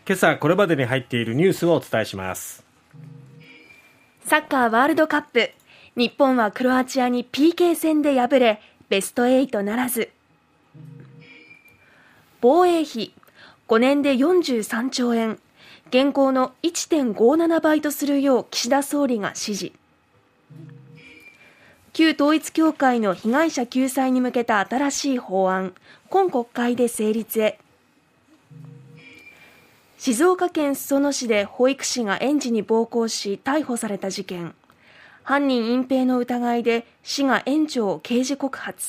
今朝これまでに入っているニュースをお伝えします。 サッカーワールドカップ、日本はクロアチアに PK 戦で敗れベスト8ならず。防衛費5年で43兆円、現行の 1.57 倍とするよう岸田総理が指示。旧統一教会の被害者救済に向けた新しい法案、今国会で成立へ。静岡県裾野市で保育士が園児に暴行し逮捕された事件、犯人隠蔽の疑いで市が園長を刑事告発。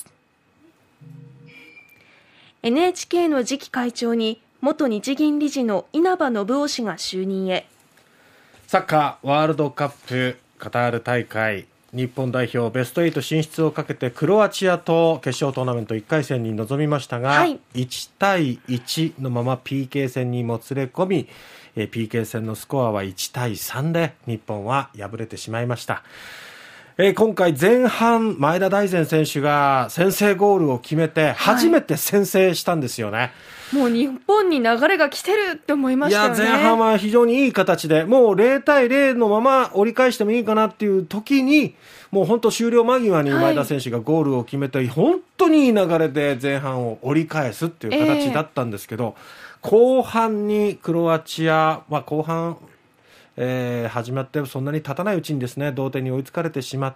NHK の次期会長に元日銀理事の稲葉延雄氏が就任へ。 サッカーワールドカップカタール大会、日本代表ベスト8進出をかけてクロアチアと決勝トーナメント1回戦に臨みましたが、1対1のまま PK 戦にもつれ込み、PK 戦のスコアは1対3で日本は敗れてしまいました。今回前半前田大然選手が先制ゴールを決めて初めて先制したんですよね。 もう日本に流れが来てるって思いましたよね。 いや前半は非常にいい形でもう0対0のまま折り返してもいいかなっていう時にもう本当終了間際に前田選手がゴールを決めて、本当にいい流れで前半を折り返すっていう形だったんですけど、後半にクロアチア、後半始まってそんなに経たないうちにですね同点に追いつかれてしまって、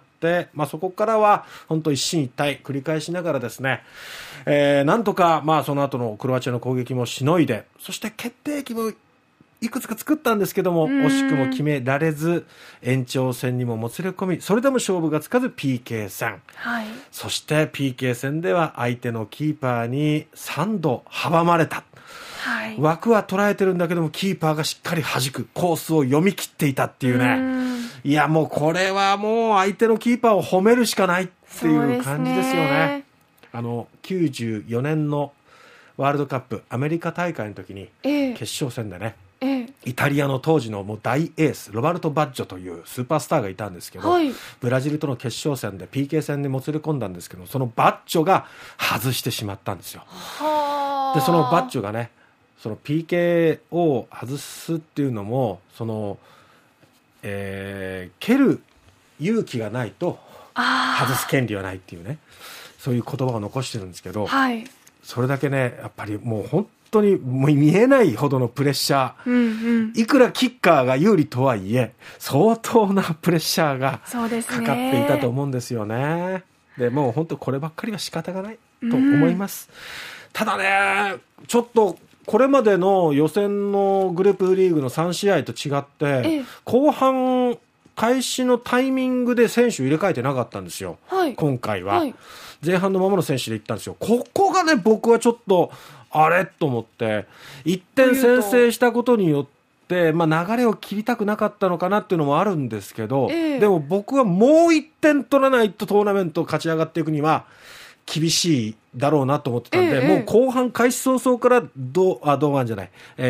そこからは本当一進一退繰り返しながらですね、なんとかその後のクロアチアの攻撃もしのいで、そして決定機もいくつか作ったんですけども惜しくも決められず延長戦にももつれ込み、それでも勝負がつかず PK 戦、そして PK 戦では相手のキーパーに3度阻まれた。枠は捉えてるんだけどもキーパーがしっかり弾くコースを読み切っていたっていうね。いやもうこれはもう相手のキーパーを褒めるしかないっていう感じですよね。94年のワールドカップアメリカ大会の時に決勝戦でね、イタリアの当時のもう大エースロバルト・バッジョというスーパースターがいたんですけど、ブラジルとの決勝戦で PK 戦にもつれ込んだんですけど、そのバッジョが外してしまったんですよ。でそのバッジョがねその PK を外すっていうのも蹴る勇気がないと外す権利はないっていうね、そういう言葉を残してるんですけど、それだけねやっぱりもう本当にもう見えないほどのプレッシャー、いくらキッカーが有利とはいえ相当なプレッシャーがかかっていたと思うんですよね。でもう本当こればっかりは仕方がないと思います。ただねちょっとこれまでの予選のグループリーグの3試合と違って、後半開始のタイミングで選手入れ替えてなかったんですよ、今回は、前半のままの選手でいったんですよ。ここがね僕はちょっとあれと思って、1点先制したことによって流れを切りたくなかったのかなっていうのもあるんですけど、でも僕はもう1点取らないとトーナメントを勝ち上がっていくには厳しいだろうなと思ってたんで、もう後半開始早々から堂安じゃない、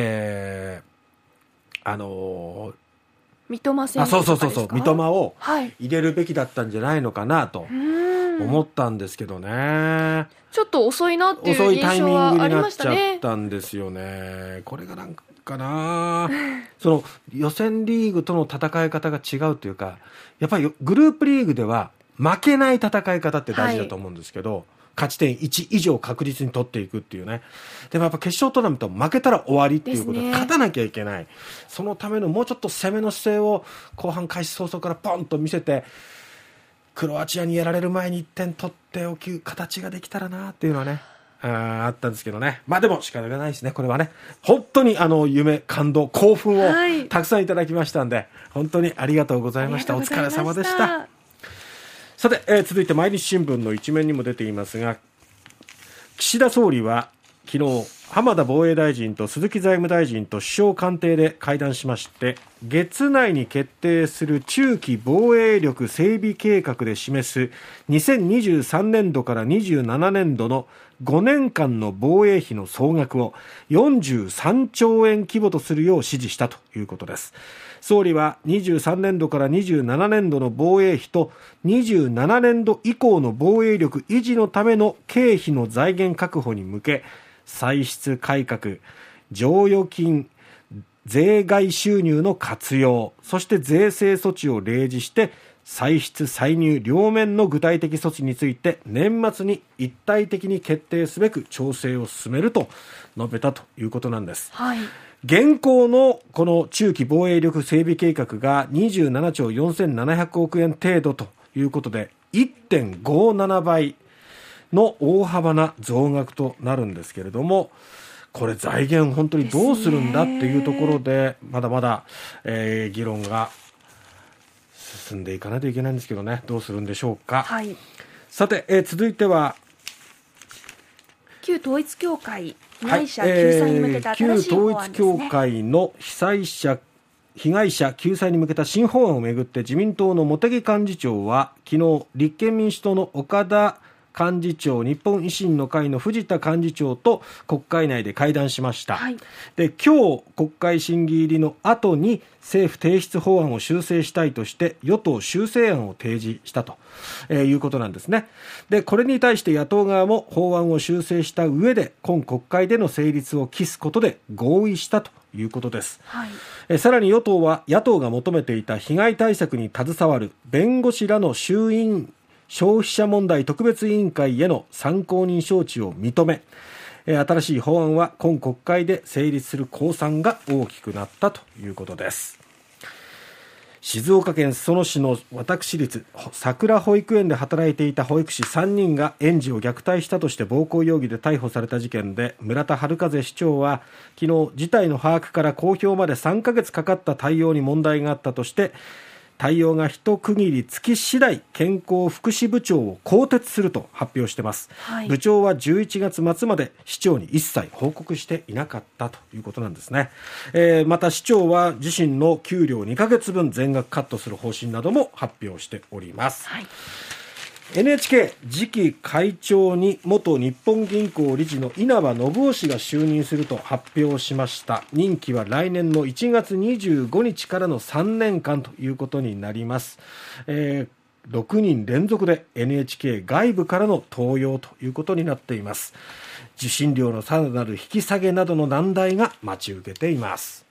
三笘選手そう三笘を入れるべきだったんじゃないのかなと思ったんですけどね。 ちょっと遅いなっていう印象はありましたね。 遅いタイミングになっちゃったんですよね。これがなんかなその予選リーグとの戦い方が違うというか、やっぱりグループリーグでは負けない戦い方って大事だと思うんですけど、勝ち点1以上確実に取っていくっていうね。でもやっぱ決勝トーナメント負けたら終わりっていうことで勝たなきゃいけない、そのためのもうちょっと攻めの姿勢を後半開始早々からポンと見せてクロアチアにやられる前に1点取っておく形ができたらなっていうのはねあったんですけどね。でも仕方がないですね。これはね本当に夢感動興奮をたくさんいただきましたんで、本当にありがとうございました。お疲れ様でした。さて、続いて毎日新聞の一面にも出ていますが、岸田総理は昨日浜田防衛大臣と鈴木財務大臣と首相官邸で会談しまして、月内に決定する中期防衛力整備計画で示す2023年度から27年度の5年間の防衛費の総額を43兆円規模とするよう指示したということです。総理は23年度から27年度の防衛費と27年度以降の防衛力維持のための経費の財源確保に向け、歳出改革、剰余金税外収入の活用、そして税制措置を例示して歳出歳入両面の具体的措置について年末に一体的に決定すべく調整を進めると述べたということなんです。 はい、 現行のこの中期防衛力整備計画が27兆4700億円程度ということで 1.57 倍の大幅な増額となるんですけれども、これ財源本当にどうするんだっていうところでまだまだ、議論が進んでいかないといけないんですけどね、どうするんでしょうか。 はい、 さて、続いては旧統一教会被害者救済に向けた新しい法案ですね。 旧統一教会の被害者救済に向けた新法案をめぐって自民党の茂木幹事長は昨日、立憲民主党の岡田幹事長、日本維新の会の藤田幹事長と国会内で会談しました。はい、で今日国会審議入りの後に政府提出法案を修正したいとして与党修正案を提示したと、いうことなんですね。でこれに対して野党側も法案を修正した上で今国会での成立を期すことで合意したということです。はい、さらに与党は野党が求めていた被害対策に携わる弁護士らの衆院消費者問題特別委員会への参考人招致を認め、新しい法案は今国会で成立する公算が大きくなったということです。静岡県裾野市の私立さくら保育園で働いていた保育士3人が園児を虐待したとして暴行容疑で逮捕された事件で、村田悠市長は昨日、事態の把握から公表まで3ヶ月かかった対応に問題があったとして対応が一区切りつき次第健康福祉部長を更迭すると発表しています。はい、部長は11月末まで市長に一切報告していなかったということなんですね。また市長は自身の給料2ヶ月分全額カットする方針なども発表しております。はい、NHK 次期会長に元日本銀行理事の稲葉延雄氏が就任すると発表しました。任期は来年の1月25日からの3年間ということになります。6人連続で NHK 外部からの登用ということになっています。受信料のさらなる引き下げなどの難題が待ち受けています。